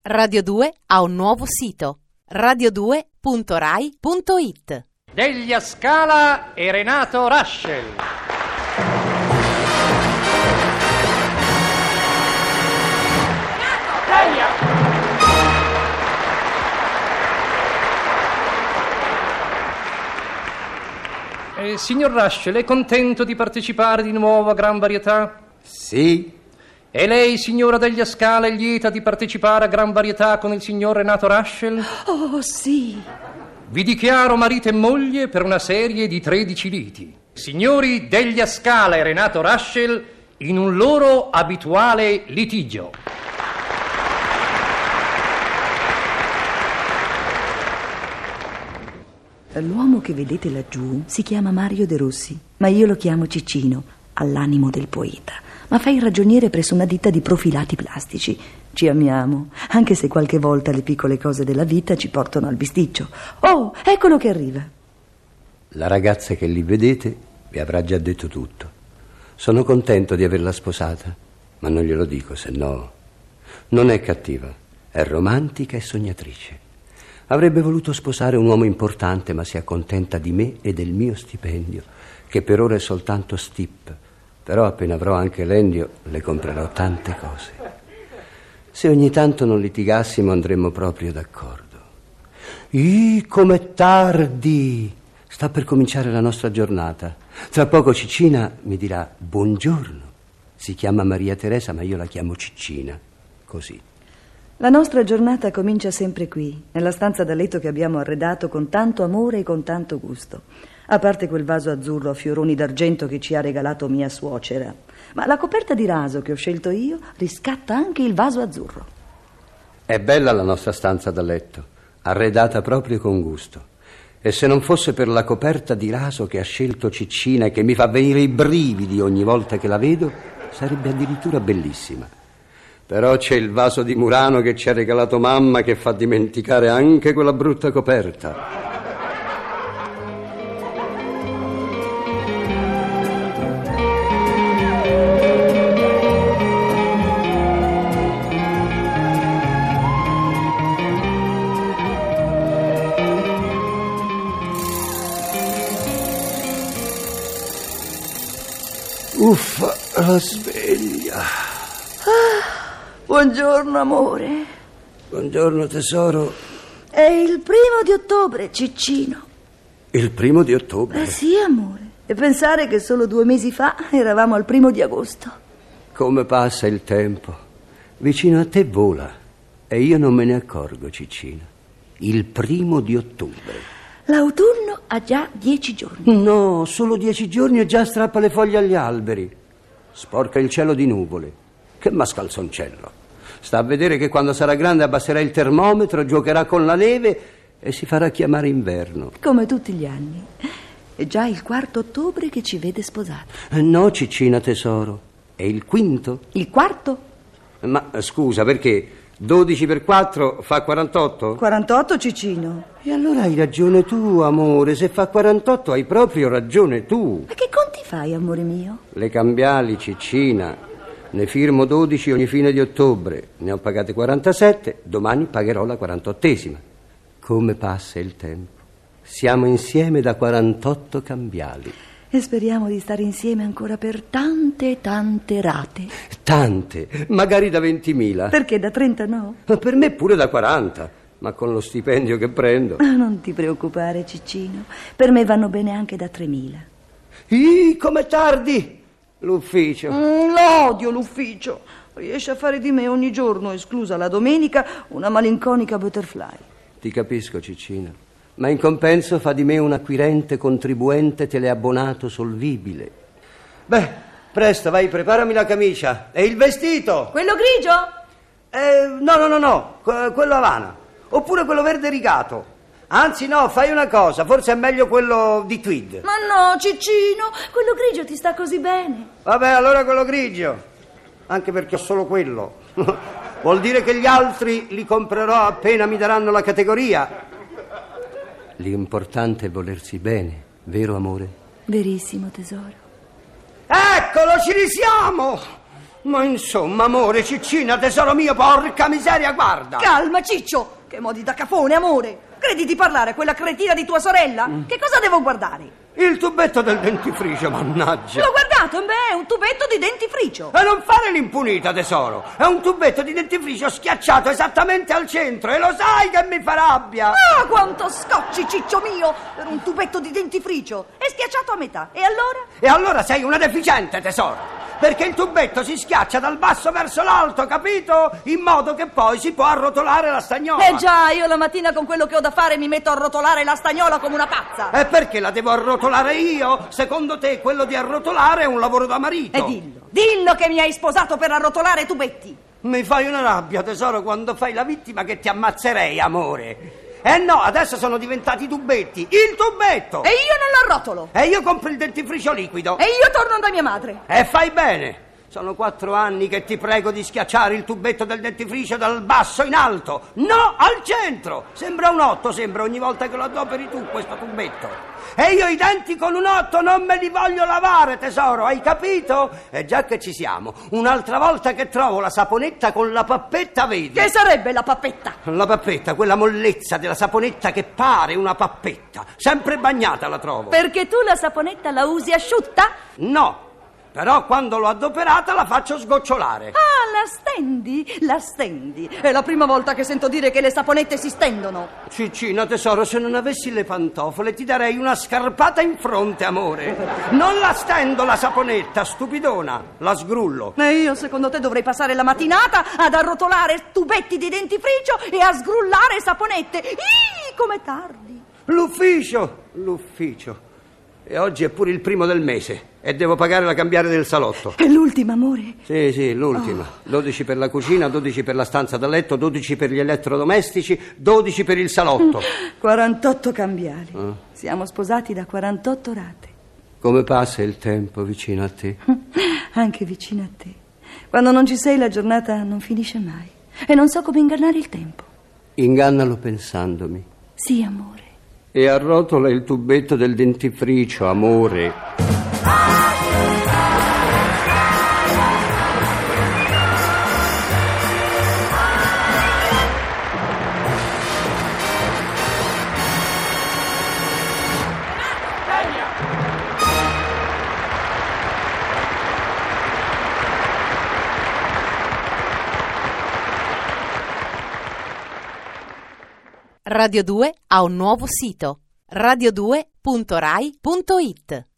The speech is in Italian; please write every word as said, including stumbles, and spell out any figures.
Radio due ha un nuovo sito, radio due punto rai punto it. Deglia Scala e Renato Raschel. Delia! Eh, signor Raschel, è contento di partecipare di nuovo a Gran Varietà? Sì. E lei, signora Deglia Scala, è lieta di partecipare a Gran Varietà con il signor Renato Raschel? Oh, sì. Vi dichiaro marito e moglie per una serie di tredici liti. Signori Deglia Scala e Renato Raschel in un loro abituale litigio. L'uomo che vedete laggiù si chiama Mario De Rossi, ma io lo chiamo Ciccino, all'animo del poeta. Ma fa il ragioniere presso una ditta di profilati plastici. Ci amiamo, anche se qualche volta le piccole cose della vita ci portano al bisticcio. Oh, eccolo che arriva. La ragazza che lì vedete vi avrà già detto tutto. Sono contento di averla sposata, ma non glielo dico, se no... Non è cattiva, è romantica e sognatrice. Avrebbe voluto sposare un uomo importante, ma si accontenta di me e del mio stipendio, che per ora è soltanto stip. Però appena avrò anche l'endio le comprerò tante cose. Se ogni tanto non litigassimo andremmo proprio d'accordo. Ih, com'è tardi! Sta per cominciare la nostra giornata. Tra poco Ciccina mi dirà buongiorno. Si chiama Maria Teresa, ma io la chiamo Ciccina. Così. La nostra giornata comincia sempre qui, nella stanza da letto che abbiamo arredato con tanto amore e con tanto gusto. A parte quel vaso azzurro a fioroni d'argento che ci ha regalato mia suocera. Ma la coperta di raso che ho scelto io riscatta anche il vaso azzurro. È bella la nostra stanza da letto, arredata proprio con gusto. E se non fosse per la coperta di raso che ha scelto Ciccina e che mi fa venire i brividi ogni volta che la vedo, sarebbe addirittura bellissima. Però c'è il vaso di Murano che ci ha regalato mamma, che fa dimenticare anche quella brutta coperta. Uffa, la sveglia. Ah, buongiorno, amore. Buongiorno, tesoro. È il primo di ottobre, Ciccino. Il primo di ottobre? Eh sì, amore. E pensare che solo due mesi fa eravamo al primo di agosto. Come passa il tempo. Vicino a te vola. E io non me ne accorgo, Ciccina. Il primo di ottobre. L'autunno ha già dieci giorni. No, solo dieci giorni e già strappa le foglie agli alberi. Sporca il cielo di nuvole. Che mascalzoncello. Sta a vedere che quando sarà grande abbasserà il termometro, giocherà con la neve e si farà chiamare inverno. Come tutti gli anni. È già il quarto ottobre che ci vede sposati. Eh no, Ciccina tesoro. È il quinto? Il quarto? Ma scusa, perché... dodici per quattro fa quarantotto? quarantotto, Ciccino. E allora hai ragione tu, amore. Se fa quarantotto hai proprio ragione tu. Ma che conti fai, amore mio? Le cambiali, Ciccina. Ne firmo dodici ogni fine di ottobre. Ne ho pagate quarantasette. Domani pagherò la quarantottesima. Come passa il tempo. Siamo insieme da quarantotto cambiali. E speriamo di stare insieme ancora per tante, tante rate. Tante, magari da ventimila. Perché da trenta no? Per me pure da quaranta, ma con lo stipendio che prendo. Non ti preoccupare, Ciccino. Per me vanno bene anche da tremila. Ih, com'è tardi! L'ufficio. Mm, l'odio l'ufficio. Riesce a fare di me ogni giorno, esclusa la domenica, una malinconica butterfly. Ti capisco, Ciccina. Ma in compenso fa di me un acquirente contribuente teleabbonato solvibile. Beh, presto, vai, preparami la camicia. E il vestito? Quello grigio? Eh, no, no, no, no, quello Havana. Oppure quello verde rigato. Anzi, no, fai una cosa, forse è meglio quello di tweed. Ma no, Ciccino, quello grigio ti sta così bene. Vabbè, allora quello grigio. Anche perché ho solo quello. Vuol dire che gli altri li comprerò appena mi daranno la categoria. L'importante è volersi bene, vero amore? Verissimo, tesoro. Eccolo, ci risiamo! Ma insomma, amore, Ciccina, tesoro mio, porca miseria, guarda! Calma, Ciccio! Che modi da cafone, amore! Credi di parlare a quella cretina di tua sorella? Mm. Che cosa devo guardare? Il tubetto del dentifricio, mannaggia! L'ho guardato, beh, è un tubetto di dentifricio! E non fare l'impunita, tesoro! È un tubetto di dentifricio schiacciato esattamente al centro, e lo sai che mi fa rabbia! Ah, quanto scocci, Ciccio mio, per un tubetto di dentifricio! È schiacciato a metà, e allora? E allora sei una deficiente, tesoro! Perché il tubetto si schiaccia dal basso verso l'alto, capito? In modo che poi si può arrotolare la stagnola. Eh già, io la mattina con quello che ho da fare mi metto a arrotolare la stagnola come una pazza. E perché la devo arrotolare io? Secondo te quello di arrotolare è un lavoro da marito? E dillo, dillo che mi hai sposato per arrotolare tubetti. Mi fai una rabbia, tesoro, quando fai la vittima che ti ammazzerei, amore. Eh no, adesso sono diventati tubetti. Il tubetto! E io non lo arrotolo. E io compro il dentifricio liquido. E io torno da mia madre. E fai bene. Sono quattro anni che ti prego di schiacciare il tubetto del dentifricio dal basso in alto. No, al centro. Sembra un otto, sembra ogni volta che lo adoperi tu questo tubetto. E io i denti con un otto non me li voglio lavare, tesoro, hai capito? E già che ci siamo, un'altra volta che trovo la saponetta con la pappetta, vedi? Che sarebbe la pappetta? La pappetta, quella mollezza della saponetta che pare una pappetta. Sempre bagnata la trovo. Perché tu la saponetta la usi asciutta? No. Però quando l'ho adoperata la faccio sgocciolare. Ah, la stendi? La stendi. È la prima volta che sento dire che le saponette si stendono. Ciccina, tesoro, se non avessi le pantofole ti darei una scarpata in fronte, amore. Non la stendo la saponetta, stupidona. La sgrullo. E io, secondo te, dovrei passare la mattinata ad arrotolare tubetti di dentifricio e a sgrullare saponette. Ih, come tardi. L'ufficio, l'ufficio. E oggi è pure il primo del mese e devo pagare la cambiare del salotto. È l'ultima, amore? Sì, sì, l'ultima. Oh. dodici per la cucina, dodici per la stanza da letto, dodici per gli elettrodomestici, dodici per il salotto. quarantotto cambiali. Oh. Siamo sposati da quarantotto rate. Come passa il tempo vicino a te? Anche vicino a te. Quando non ci sei la giornata non finisce mai. E non so come ingannare il tempo. Ingannalo pensandomi. Sì, amore. E arrotola il tubetto del dentifricio, amore. Radio due ha un nuovo sito, radio due punto rai punto it.